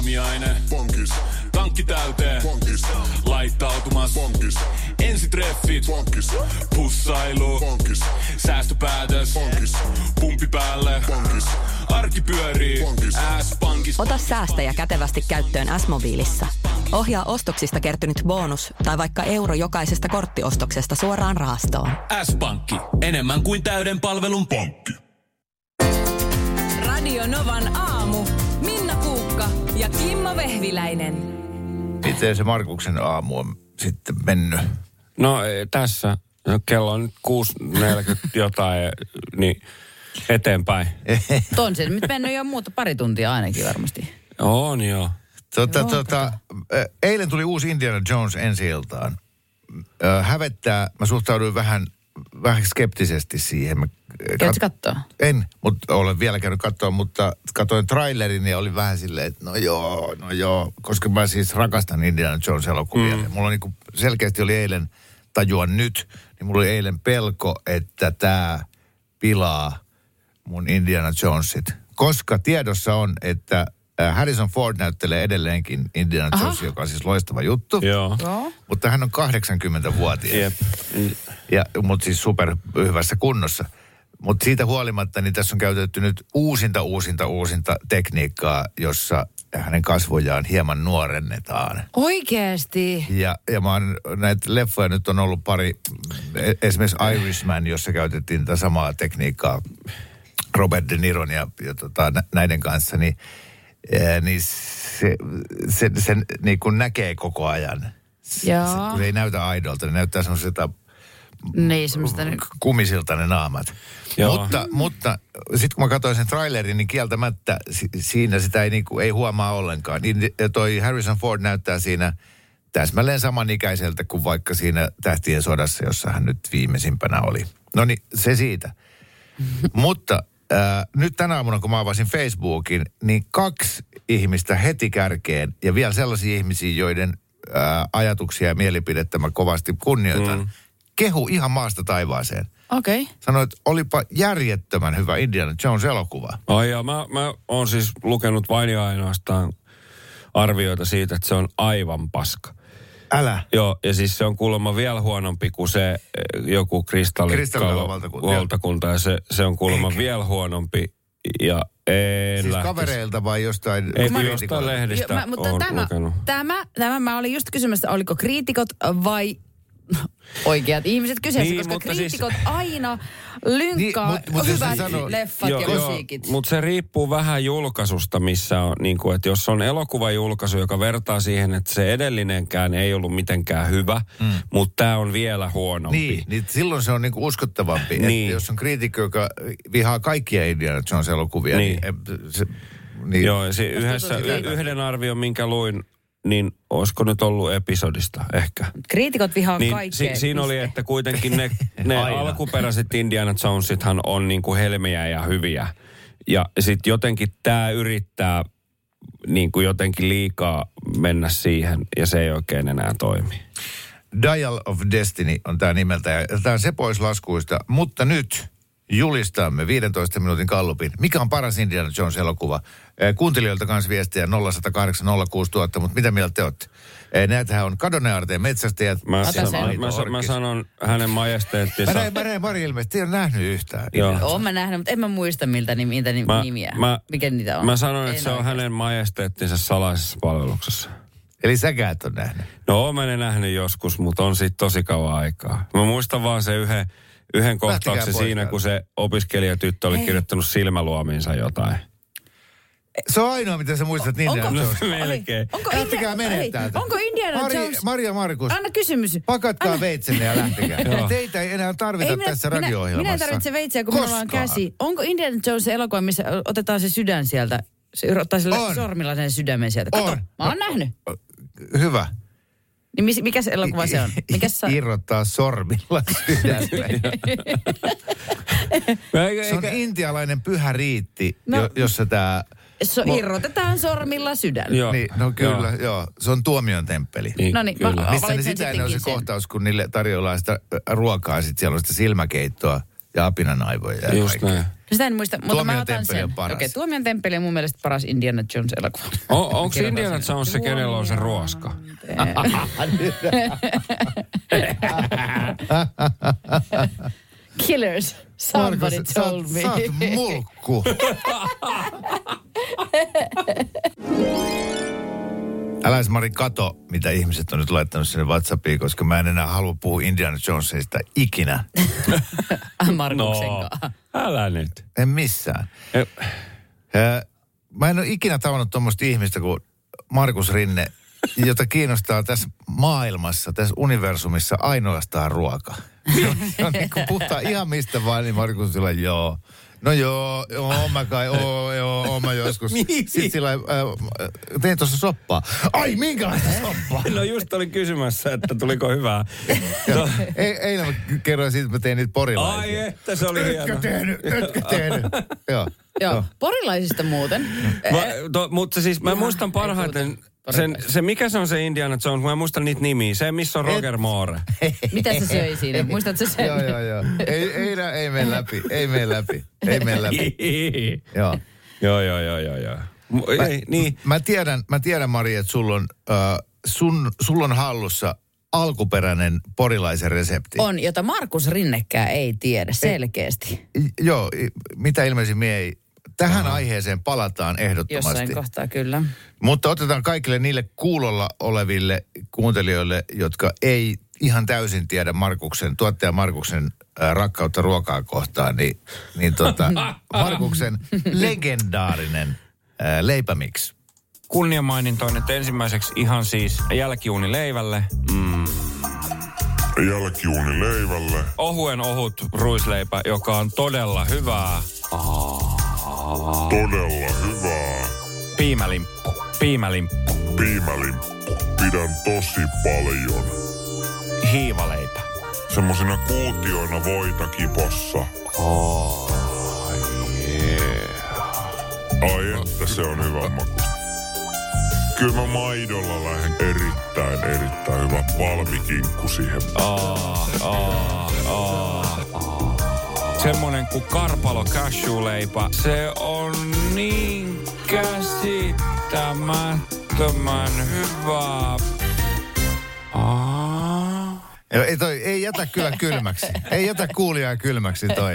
Aamiainen. Bonkis. Tankki täyteen. Bonkis. Laittautumas. Bonkis. Ensitreffit. Bonkis. Pussailu. Bonkis. Säästöpäätös. Bonkis. Pumpi päälle. Bonkis. Arki pyörii. Bonkis. S-pankis. Ota säästäjä kätevästi käyttöön S-mobiilissa. Ohjaa ostoksista kertynyt bonus tai vaikka euro jokaisesta korttiostoksesta suoraan rahastoon. S-pankki. Enemmän kuin täyden palvelun pankki. Radio Novan aamu. Minna Kuukka ja Kimmo Vehviläinen. Miten se Markuksen aamu on sitten mennyt? No tässä. Kello on nyt 6:40 jotain, niin eteenpäin. On se nyt mennyt jo pari tuntia ainakin varmasti. On joo. Eilen tuli uusi Indiana Jones ensi-iltaan. Hävettää, mä suhtauduin vähän skeptisesti siihen. Käytkö kattoo? En, mutta olen vielä käynyt katsoa, mutta katsoin trailerin ja oli vähän silleen, että no joo, koska mä siis rakastan Indiana Jones-elokuvia. Mulla on niinku, selkeästi oli eilen, tajua nyt, niin mulla oli eilen pelko, että tää pilaa mun Indiana Jonesit. Koska tiedossa on, että Harrison Ford näyttelee edelleenkin Indiana Jones, joka on siis loistava juttu. Joo. Mutta hän on 80-vuotias. Mutta siis super hyvässä kunnossa. Mutta siitä huolimatta, niin tässä on käytetty nyt uusinta tekniikkaa, jossa hänen kasvojaan hieman nuorennetaan. Oikeesti? Ja mä oon, näitä leffoja nyt on ollut pari, esimerkiksi Irishman, jossa käytettiin tätä samaa tekniikkaa Robert De Niron ja näiden kanssa, niin se niin kuin näkee koko ajan. Se ei näytä aidolta, ne näyttää semmoiselta kumisilta ne naamat. Mutta sitten kun mä katsoin sen trailerin, niin kieltämättä siinä sitä ei huomaa ollenkaan. Toi Harrison Ford näyttää siinä täsmälleen samanikäiseltä kuin vaikka siinä Tähtien sodassa, jossa hän nyt viimeisimpänä oli. No niin, se siitä. Mutta nyt tänä aamuna, kun mä avasin Facebookin, niin 2 ihmistä heti kärkeen ja vielä sellaisia ihmisiä, joiden ajatuksia ja mielipidettä mä kovasti kunnioitan, kehu ihan maasta taivaaseen. Okei. Okay. Sanoi, että olipa järjettömän hyvä Indiana Jones-elokuva. Mä oon siis lukenut vain ja ainoastaan arvioita siitä, että se on aivan paska. Älä. Joo, ja siis se on kuulemma vielä huonompi kuin se joku kristallivaltakunta, ja se on kuulemma vielä huonompi, ja en siis lähtisi. Kavereilta vai jostain? Ei, jostain lehdistä tämä mä olin just kysymässä, oliko kriitikot vai oikeat ihmiset kyseessä, niin, koska kriitikot siis aina lynkkaa hyvät leffat ja musiikit. Mutta se riippuu vähän julkaisusta, missä on, niin kuin, että jos on elokuvajulkaisu, joka vertaa siihen, että se edellinenkään ei ollut mitenkään hyvä, mutta tämä on vielä huonompi. Niin silloin se on niinku uskottavampi. Niin. Että jos on kriitikko, joka vihaa kaikkia Indiana Jones-elokuvia, niin joo, ja yhden arvion, minkä luin, niin olisiko nyt ollut episodista ehkä. Kriitikot vihaa kaikkea. Siinä oli, että kuitenkin ne alkuperäiset Indiana Jonesithan on niin kuin helmiä ja hyviä. Ja sitten jotenkin tämä yrittää niin kuin jotenkin liikaa mennä siihen ja se ei oikein enää toimi. Dial of Destiny on tämä nimeltä ja tämä on se pois laskuista, mutta nyt julistamme 15 minuutin gallupin. Mikä on paras Indiana Jones-elokuva? Kuuntelijoilta kanssa viestiä 0806000, mutta mitä mieltä te olette? Näitähän on Kadonne Aarteen metsästäjät. Mä sanon hänen majesteettinsa. Mari ilmeisesti ei ole nähnyt yhtään. Oon mä nähnyt, mutta en mä muista miltä nimiä. Mikä niitä on? Mä sanon, että se on hänen majesteettinsa salaisessa palveluksessa. Eli säkään et on nähnyt? No oon mä nähnyt joskus, mutta on siitä tosi kauan aikaa. Mä muistan vaan se yhden kohtauksen siinä, kun se opiskelijatyttö oli kirjoittanut silmäluomiinsa jotain. Se on ainoa, mitä sä muistat Indiana Jones. Melkein. Lähtekää menee täältä. Onko Indiana Jones? Maria Markus. Anna kysymys. Pakatkaa veitsenne ja lähtekää. Teitä ei enää tarvita tässä radio-ohjelmassa. Minä en tarvitse veitsiä, kun minulla on käsi. Onko Indiana Jones se elokuva, missä otetaan se sydän sieltä? Se ottaa sille sormilla sen sydämen sieltä. Kato, mä oon nähnyt. Hyvä. Niin mikä se elokuva se on? Irrottaa sormilla sydämen. Se on intialainen pyhä riitti, jossa tämä... Irrotetaan sormilla sydän. Joo. Niin, no kyllä, joo. Se on tuomion temppeli. Niin, no niin, missä ne sitä on se kohtaus, kun niille tarjoillaan sitä ruokaa, sitten siellä on sitä silmäkeittoa. ja apinan aivoja ja just näin. Sitä en muista, mutta mä otan sen. On paras. Okei, Tuomion temppeli on mun mielestä paras Indiana Jones-elokuva. Onko Indiana Jones se, kenellä on se ruoska? Killers. Somebody told me. Sä oot mulkku. Äläs Mari kato, mitä ihmiset on nyt laittanut sinne WhatsAppiin, koska mä en enää halua puhua Indiana Jonesista ikinä. Markuksenkaan. No, älä nyt. En missään. Mä en ole ikinä tavannut tuommoista ihmistä kuin Markus Rinne, jota kiinnostaa tässä maailmassa, tässä universumissa ainoastaan ruoka. Se on niin kuin puhutaan ihan mistä vaan, niin Markus tulee, joo. No joo, mä joskus. Sitten sillä tein tuossa soppaa. Ai, minkälaista soppaa? No just olin kysymässä, että tuliko hyvää. Eilen mä kerroin siitä, että mä tein niitä porilaisia. Ai että, se oli hieno. Etkö tehnyt. Joo, porilaisista muuten. Mutta siis mä muistan parhaiten se, mikä se on se Indiana Jones, mä muistan niitä nimiä. Se, missä on Roger Moore. Mitä se söi siinä? Muistatko sen? Joo. Ei mene läpi. Joo. Niin. Mä tiedän, Mari, että sulla on hallussa alkuperäinen porilaisen resepti. On, jota Markus Rinnekään ei tiedä selkeästi. Joo, mitä ilmeisimmin ei. Tähän aiheeseen palataan ehdottomasti. Jossain kohtaa, kyllä. Mutta otetaan kaikille niille kuulolla oleville kuuntelijoille, jotka ei ihan täysin tiedä tuottaja Markuksen rakkautta ruokaa kohtaan, niin Markuksen legendaarinen leipämix. Kunniamainintoin, että ensimmäiseksi ihan siis jälkiuunileivälle. Jälkiuunileivälle. Ohuen ohut ruisleipä, joka on todella hyvää. Todella hyvää. Piimälimppu. Pidän tosi paljon. Hiivaleipä. Semmosina kuutioina voita kipossa. Ai että se on hyvä makusta. Kyllä mä maidolla lähden erittäin hyvä valmikinkku siihen. Semmonen kuin karpalo cashew-leipä. Se on niin käsittämättömän hyvää. Ei jätä kyllä kylmäksi. Ei jätä kuulijaa kylmäksi toi.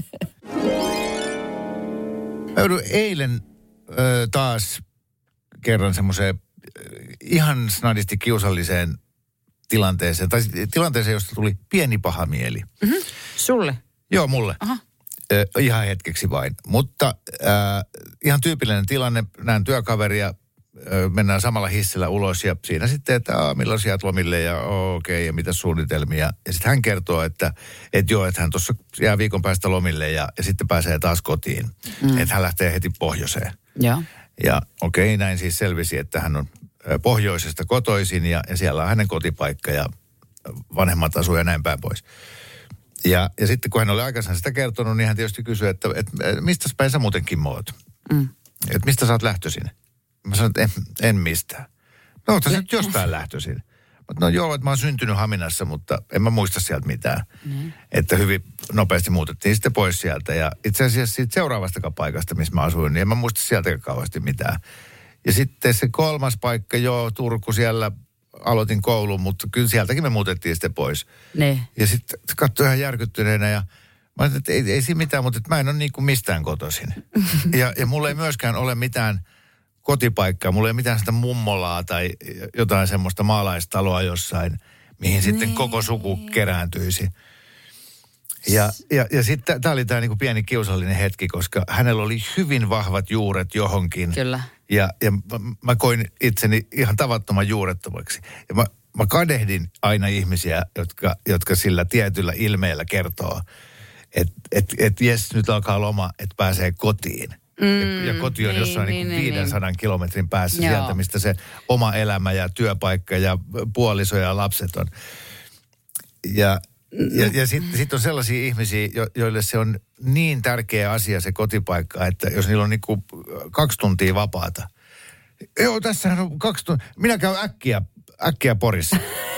Mä joudun eilen taas kerran semmoiseen ihan snadisti kiusalliseen tilanteeseen. Tai tilanteeseen, josta tuli pieni paha mieli. Mm-hmm. Sulle? Joo, mulle. Aha. Ihan hetkeksi vain. Mutta ihan tyypillinen tilanne. Näen työkaveria, mennään samalla hissillä ulos ja siinä sitten, että milloin sä jäät lomille ja okei, ja mitä suunnitelmia. Ja sitten hän kertoo, että hän tuossa jää viikon päästä lomille ja sitten pääsee taas kotiin. Että hän lähtee heti pohjoiseen. Joo. Ja okei, näin siis selvisi, että hän on pohjoisesta kotoisin ja siellä on hänen kotipaikka ja vanhemmat asuu ja näin päin pois. Ja sitten kun hän oli aikaisemmin sitä kertonut, niin hän tietysti kysyi, että mistä päin sä muutenkin oot? Että mistä sä oot lähtöisin? Mä sanoin, että en mistään. No, ootko sä nyt jostain lähtöisin? No joo, että mä oon syntynyt Haminassa, mutta en mä muista sieltä mitään. Että hyvin nopeasti muutettiin sitten pois sieltä. Ja itse asiassa siitä seuraavastakaan paikasta, missä mä asuin, niin en mä muista sieltäkään kauheasti mitään. Ja sitten se kolmas paikka, Turku, siellä aloitin koulun, mutta kyllä sieltäkin me muutettiin sitten pois. Ne. Ja sitten katsoin ihan järkyttyneenä ja mä ajattelin, että ei siinä mitään, mutta mä en ole niin kuin mistään kotoisin. Ja mulla ei myöskään ole mitään kotipaikkaa, mulla ei ole mitään sitä mummolaa tai jotain semmoista maalaistaloa jossain, mihin sitten koko suku kerääntyisi. Ja sitten tämä oli tämä niinku pieni kiusallinen hetki, koska hänellä oli hyvin vahvat juuret johonkin. Kyllä. Ja mä koin itseni ihan tavattoman juurettomaksi. Ja mä kadehdin aina ihmisiä, jotka sillä tietyllä ilmeellä kertoo, että jes, nyt alkaa loma, että pääsee kotiin. Ja koti on jossain niin 500 kilometrin päässä sieltä, mistä se oma elämä ja työpaikka ja puoliso ja lapset on. Ja sitten on sellaisia ihmisiä, joille se on niin tärkeä asia se kotipaikka, että jos niillä on niinku 2 tuntia vapaata. Joo, tässähän on 2 tuntia. Minä käyn äkkiä Porissa.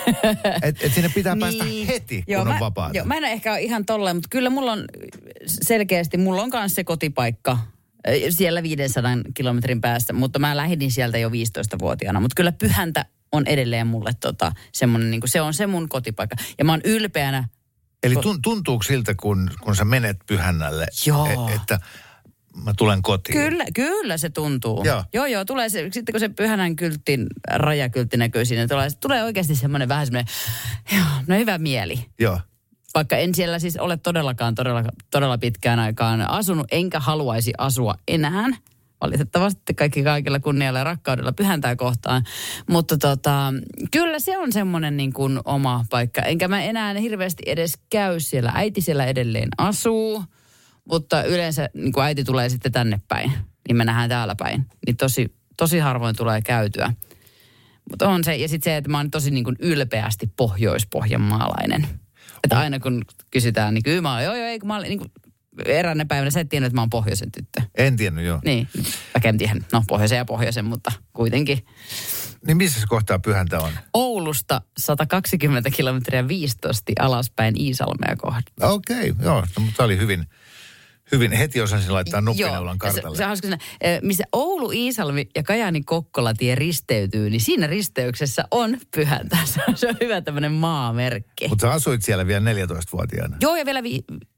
Et sinne pitää päästä heti, kun on vapaata. Joo, mä en ehkä ole ihan tolleen, mutta kyllä mulla on selkeästi, mulla on myös se kotipaikka siellä 500 kilometrin päästä, mutta mä lähdin sieltä jo 15-vuotiaana. Mutta kyllä Pyhäntä on edelleen mulle semmoinen, niin kuin se on se mun kotipaikka. Ja mä oon ylpeänä. Eli tuntuuko siltä, kun sä menet Pyhännälle, että mä tulen kotiin? Kyllä se tuntuu. Joo, tulee se, sitten kun se Pyhänän rajakyltti näkyy siinä, tulee oikeasti semmoinen vähän semmoinen, hyvä mieli. Joo. Vaikka en siellä siis ole todella pitkään aikaan asunut, enkä haluaisi asua enää. Valitettavasti kaikilla kunnialla ja rakkaudella Pyhäntää kohtaan. Mutta kyllä se on semmoinen niin kuin oma paikka. Enkä mä enää hirveästi edes käy siellä. Äiti siellä edelleen asuu, mutta yleensä niin kuin äiti tulee sitten tänne päin, niin me nähdään täällä päin. Niin tosi harvoin tulee käytyä. Mutta on se, ja sitten se, että mä oon tosi niin kuin ylpeästi pohjois-pohjanmaalainen. Että aina kun kysytään, niin kyllä mä oon, kun mä olin niin kuin eräänä päivänä, sä et tiennyt, että mä oon pohjoisen tyttö. En tiennyt, joo. Niin, väkemtihän, pohjoisen, mutta kuitenkin. Niin missä kohtaa Pyhäntä on? Oulusta 120 kilometriä 15 alaspäin Iisalmea kohtaan. Okei, joo, no, mutta oli hyvin, heti osasin laittaa nuppineulan kartalle. Se on hauska sanoa, missä Oulu, Iisalmi ja Kajaani-Kokkola-tie risteytyy, niin siinä risteyksessä on Pyhäntä. Se on hyvä tämmöinen maamerkki. Mutta sä asuit siellä vielä 14-vuotiaana. Joo, ja vielä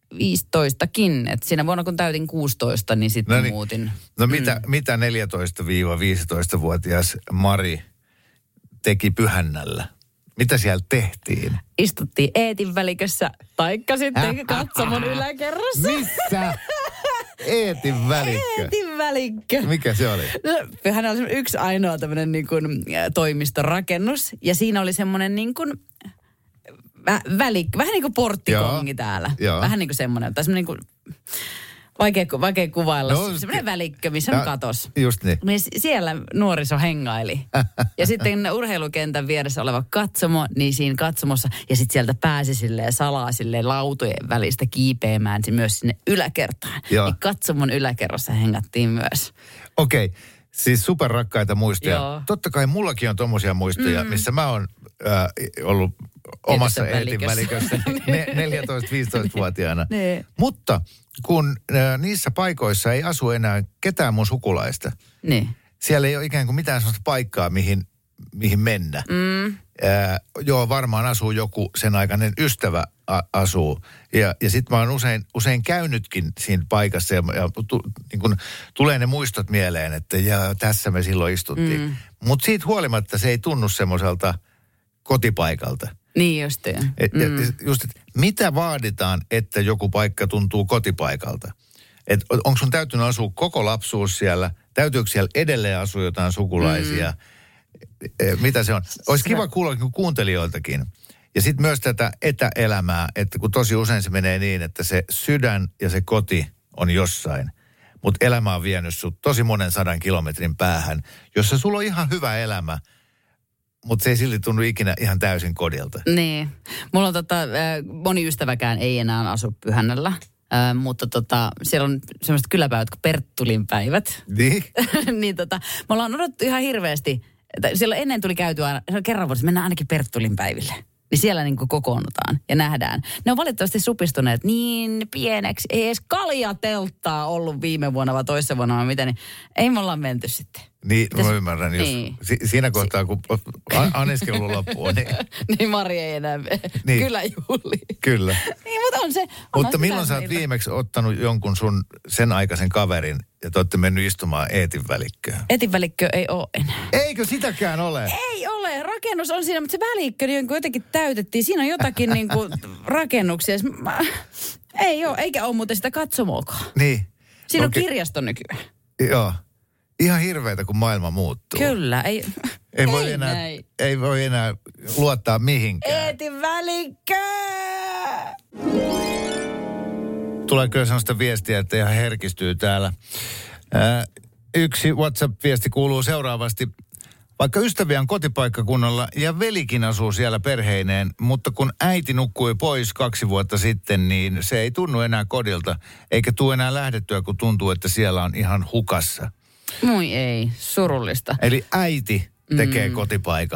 15kin. Että siinä vuonna, kun täytin 16, niin sitten muutin. No mitä 14-15-vuotias Mari teki Pyhännällä? Mitä siellä tehtiin? Istuttiin Eetin välikössä, taikka sitten katsomon yläkerrassa. Missä? Eetin välikkö? Eetin välikkö. Mikä se oli? No, Pyhännällä oli yksi ainoa tämmöinen niin kuin toimistorakennus. Ja siinä oli semmoinen niin kuin välikkö, vähän niin kuin porttikongi täällä. Joo. Vähän niin kuin semmoinen, tai semmoinen niin kuin vaikea kuvailla. No, semmoinen välikkö, missä on katos. Just niin. Siellä nuoriso hengaili. Ja sitten urheilukentän vieressä oleva katsomo, niin siinä katsomossa, ja sitten sieltä pääsi salaa lautojen välistä kiipeämään myös sinne yläkertaan. Joo. Niin katsomon yläkerrassa hengattiin myös. Okei. Siis superrakkaita muistoja. Joo. Totta kai mullakin on tommosia muistoja, missä mä oon ollut omassa Eetin välikössä 14-15-vuotiaana. Mutta kun niissä paikoissa ei asu enää ketään mun sukulaista, siellä ei ole ikään kuin mitään sellaista paikkaa, mihin mennä. Joo, varmaan asuu joku sen aikainen ystävä asuu. Ja sitten mä oon usein käynytkin siinä paikassa ja niin kun tulee ne muistot mieleen, että tässä me silloin istuttiin. Mutta siitä huolimatta se ei tunnu semmoiselta kotipaikalta. Niin justiin. Mitä vaaditaan, että joku paikka tuntuu kotipaikalta? Onko sun täytynyt asua koko lapsuus siellä? Täytyykö siellä edelleen asua jotain sukulaisia? Mitä se on? Olisi kiva kuulla kuuntelijoiltakin. Ja sitten myös tätä etäelämää, että kun tosi usein se menee niin, että se sydän ja se koti on jossain. Mutta elämä on vienyt sut tosi monen 100 kilometrin päähän, jossa sulla on ihan hyvä elämä, mutta se ei silti tunnu ikinä ihan täysin kodilta. Niin. Mulla on moni ystäväkään ei enää asu Pyhännällä. Mutta siellä on semmoiset kyläpäivät kuin Perttulinpäivät. Niin? Niin me ollaan odottu ihan hirveästi. Siellä ennen tuli käytyä aina, kerran vuodessa mennään ainakin Perttulinpäiville. Niin siellä niin kuin kokoonnutaan ja nähdään. Ne on valitettavasti supistuneet niin pieneksi. Ei edes kaljatelttaa ollut viime vuonna vai toissa vuonna vai mitä, niin ei me ollaan menty sitten. Niin, mä ymmärrän. Niin. Siinä kohtaa, kun anniskelu loppuu, niin... niin Mari ei enää niin. Kyllä Juuli. Kyllä. Niin, mutta on se... Mutta milloin sä oot viimeksi ottanut jonkun sen aikaisen kaverin ja te olette mennyt istumaan Eetin välikköön? Eetin välikkö ei ole enää. Eikö sitäkään ole? Ei ole. Rakennus on siinä, mutta se välikkö niin jotenkin täytettiin. Siinä on jotakin niin kuin rakennuksia. Ei ole, eikä ole muuten sitä katsomoakaan. Niin. Siinä on kirjasto nykyään. Joo. Ihan hirveätä, kun maailma muuttuu. Kyllä. Ei voi enää luottaa mihinkään. Eetin välikkö! Tulee kyllä sellaista viestiä, että ihan herkistyy täällä. Yksi WhatsApp-viesti kuuluu seuraavasti. Vaikka ystäviä on kotipaikkakunnalla ja velikin asuu siellä perheineen, mutta kun äiti nukkui pois 2 vuotta sitten, niin se ei tunnu enää kodilta. Eikä tule enää lähdettyä, kun tuntuu, että siellä on ihan hukassa. Moi ei, surullista. Eli äiti tekee kotipaikan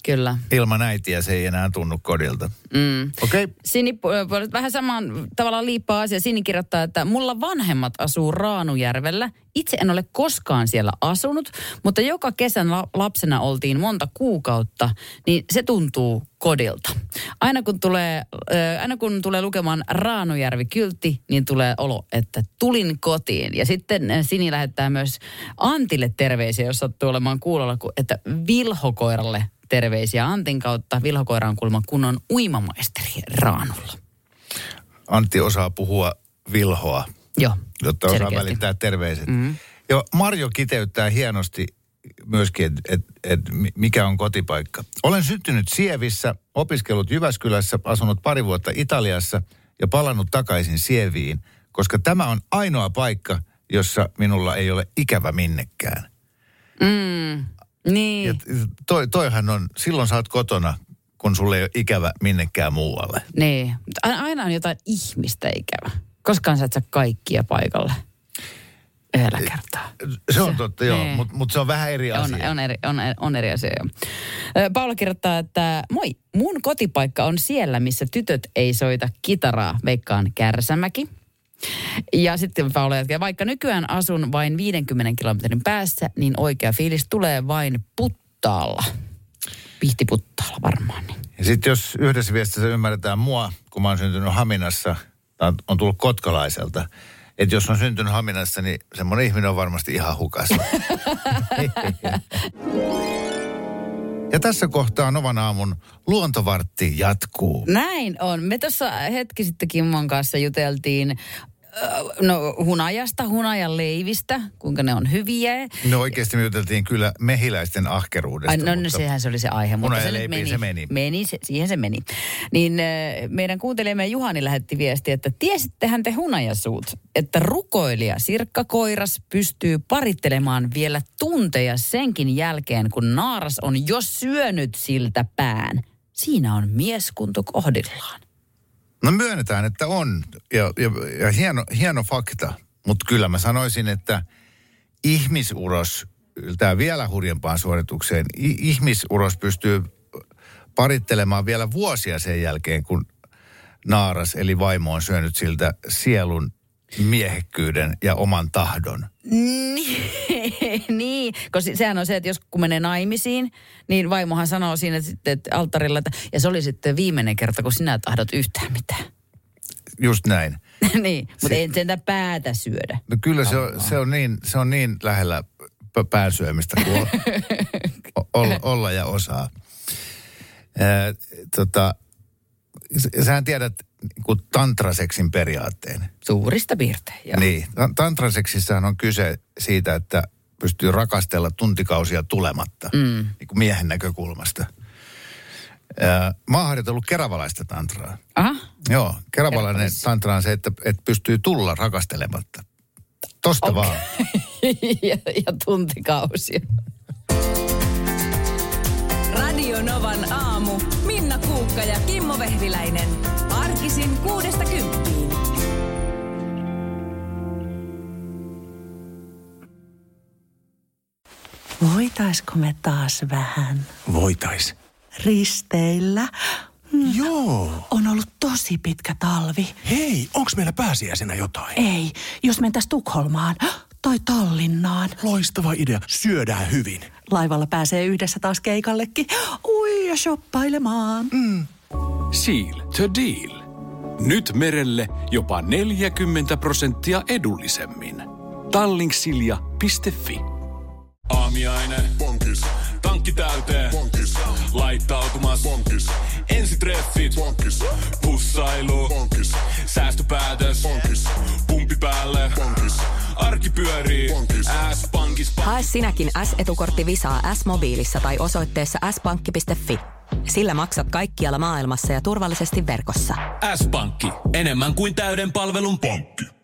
Kyllä. Ilman äitiä se ei enää tunnu kodilta. Okei. Okay. Sini, vähän samaan tavallaan liippaa asia. Sini kirjoittaa, että mulla vanhemmat asuu Raanujärvellä. Itse en ole koskaan siellä asunut, mutta joka kesän lapsena oltiin monta kuukautta, niin se tuntuu kodilta. Aina kun tulee lukemaan Raanujärvi-kyltti, niin tulee olo, että tulin kotiin. Ja sitten Sini lähettää myös Antille terveisiä, jos sattuu olemaan kuulolla, että Vilhokoiralle terveisiä. Antin kautta Vilhokoira on kuulemma kunnon uimamaisteri Raanulla. Antti osaa puhua vilhoa. Joo, jotta osaa välittää terveiset. Ja Marjo kiteyttää hienosti myöskin, että mikä on kotipaikka. Olen syntynyt Sievissä, opiskellut Jyväskylässä, asunut pari vuotta Italiassa ja palannut takaisin Sieviin, koska tämä on ainoa paikka, jossa minulla ei ole ikävä minnekään. Niin. Ja toihan on, silloin sä oot kotona, kun sulle ei ole ikävä minnekään muualle. Niin. Aina on jotain ihmistä ikävä. Koskaan sä et saa kaikkia paikalle yhdellä kertaa. Se on totta, joo, mutta se on vähän eri asia. On eri asia, joo. Paula kirjoittaa, että moi, mun kotipaikka on siellä, missä tytöt ei soita kitaraa, veikkaan Kärsämäki. Ja sitten Paula jatkaa, vaikka nykyään asun vain 50 kilometrin päässä, niin oikea fiilis tulee vain Puttaalla. Pihtiputtaalla varmaan. Niin. Ja sitten jos yhdessä viestissä ymmärretään mua, kun mä oon syntynyt Haminassa, tai on tullut kotkalaiselta, että jos on syntynyt Haminassa, niin semmoinen ihminen on varmasti ihan hukassa. Ja tässä kohtaa Novan aamun luontovartti jatkuu. Näin on. Me tuossa hetki sitten Kimmon kanssa juteltiin hunajasta, hunajan leivistä, kuinka ne on hyviä. No oikeasti me juteltiin kyllä mehiläisten ahkeruudesta. Sehän se oli se aihe. Mutta se meni. Siihen se meni. Niin meidän kuuntelijamme Juhani lähetti viestiä, että tiesittehän te hunajasuut, että rukoilija Sirkka Koiras pystyy parittelemaan vielä tunteja senkin jälkeen, kun naaras on jo syönyt siltä pään. Siinä on mieskunto kohdillaan. No myönnetään, että on. Ja hieno fakta. Mutta kyllä mä sanoisin, että ihmisuros yltää vielä hurjempaan suoritukseen. Ihmisuros pystyy parittelemaan vielä vuosia sen jälkeen, kun naaras eli vaimo on syönyt siltä sielun miehekkyyden ja oman tahdon. Niin, koska sehän on se, että jos kun menee naimisiin, niin vaimohan sanoo siinä sitten alttarilla, että ja se oli sitten viimeinen kerta, kun sinä tahdot yhtään mitään. Just näin. Niin, mutta ei sentään päätä syödä. No kyllä se on niin lähellä pääsyömistä kuin olla ja osaa. Sähän tiedät tantraseksin periaatteen. Suurista piirtein, joo. Niin. Tantraseksissähän on kyse siitä, että pystyy rakastella tuntikausia tulematta, niin kuin miehen näkökulmasta. Mä oon harjoitellut keravalaista tantraa. Aha. Joo, keravalainen tantra on se, että pystyy tulla rakastelematta. Tosta vaan. ja tuntikausia. Radio Novan aamu. Minna Kuukka ja Kimmo Vehviläinen. Arkisin 6–10. Voitaisko me taas vähän? Voitais. Risteillä? Joo. On ollut tosi pitkä talvi. Hei, onks meillä pääsiäisenä jotain? Ei, jos mentäis Tukholmaan tai Tallinnaan. Loistava idea. Syödään hyvin. Laivalla pääsee yhdessä taas keikallekin. Ui, ja shoppailemaan. Seal to deal. Nyt merelle jopa 40% edullisemmin. Tallingsilja.fi. Aamiaine. Bonkis. Tankki täyteen. Bonkis. Laittautumas. Bonkis. Ensitreffit. Bonkis. Pussailu. Bonkis. Säästöpäätös. Bonkis. Pumpi päälle. Bonkis. Arki pyörii. Bonkis. S-pankis. Hae sinäkin S-etukortti Visaa S-mobiilissa tai osoitteessa s-pankki.fi. Sillä maksat kaikkialla maailmassa ja turvallisesti verkossa. S-pankki. Enemmän kuin täyden palvelun pankki.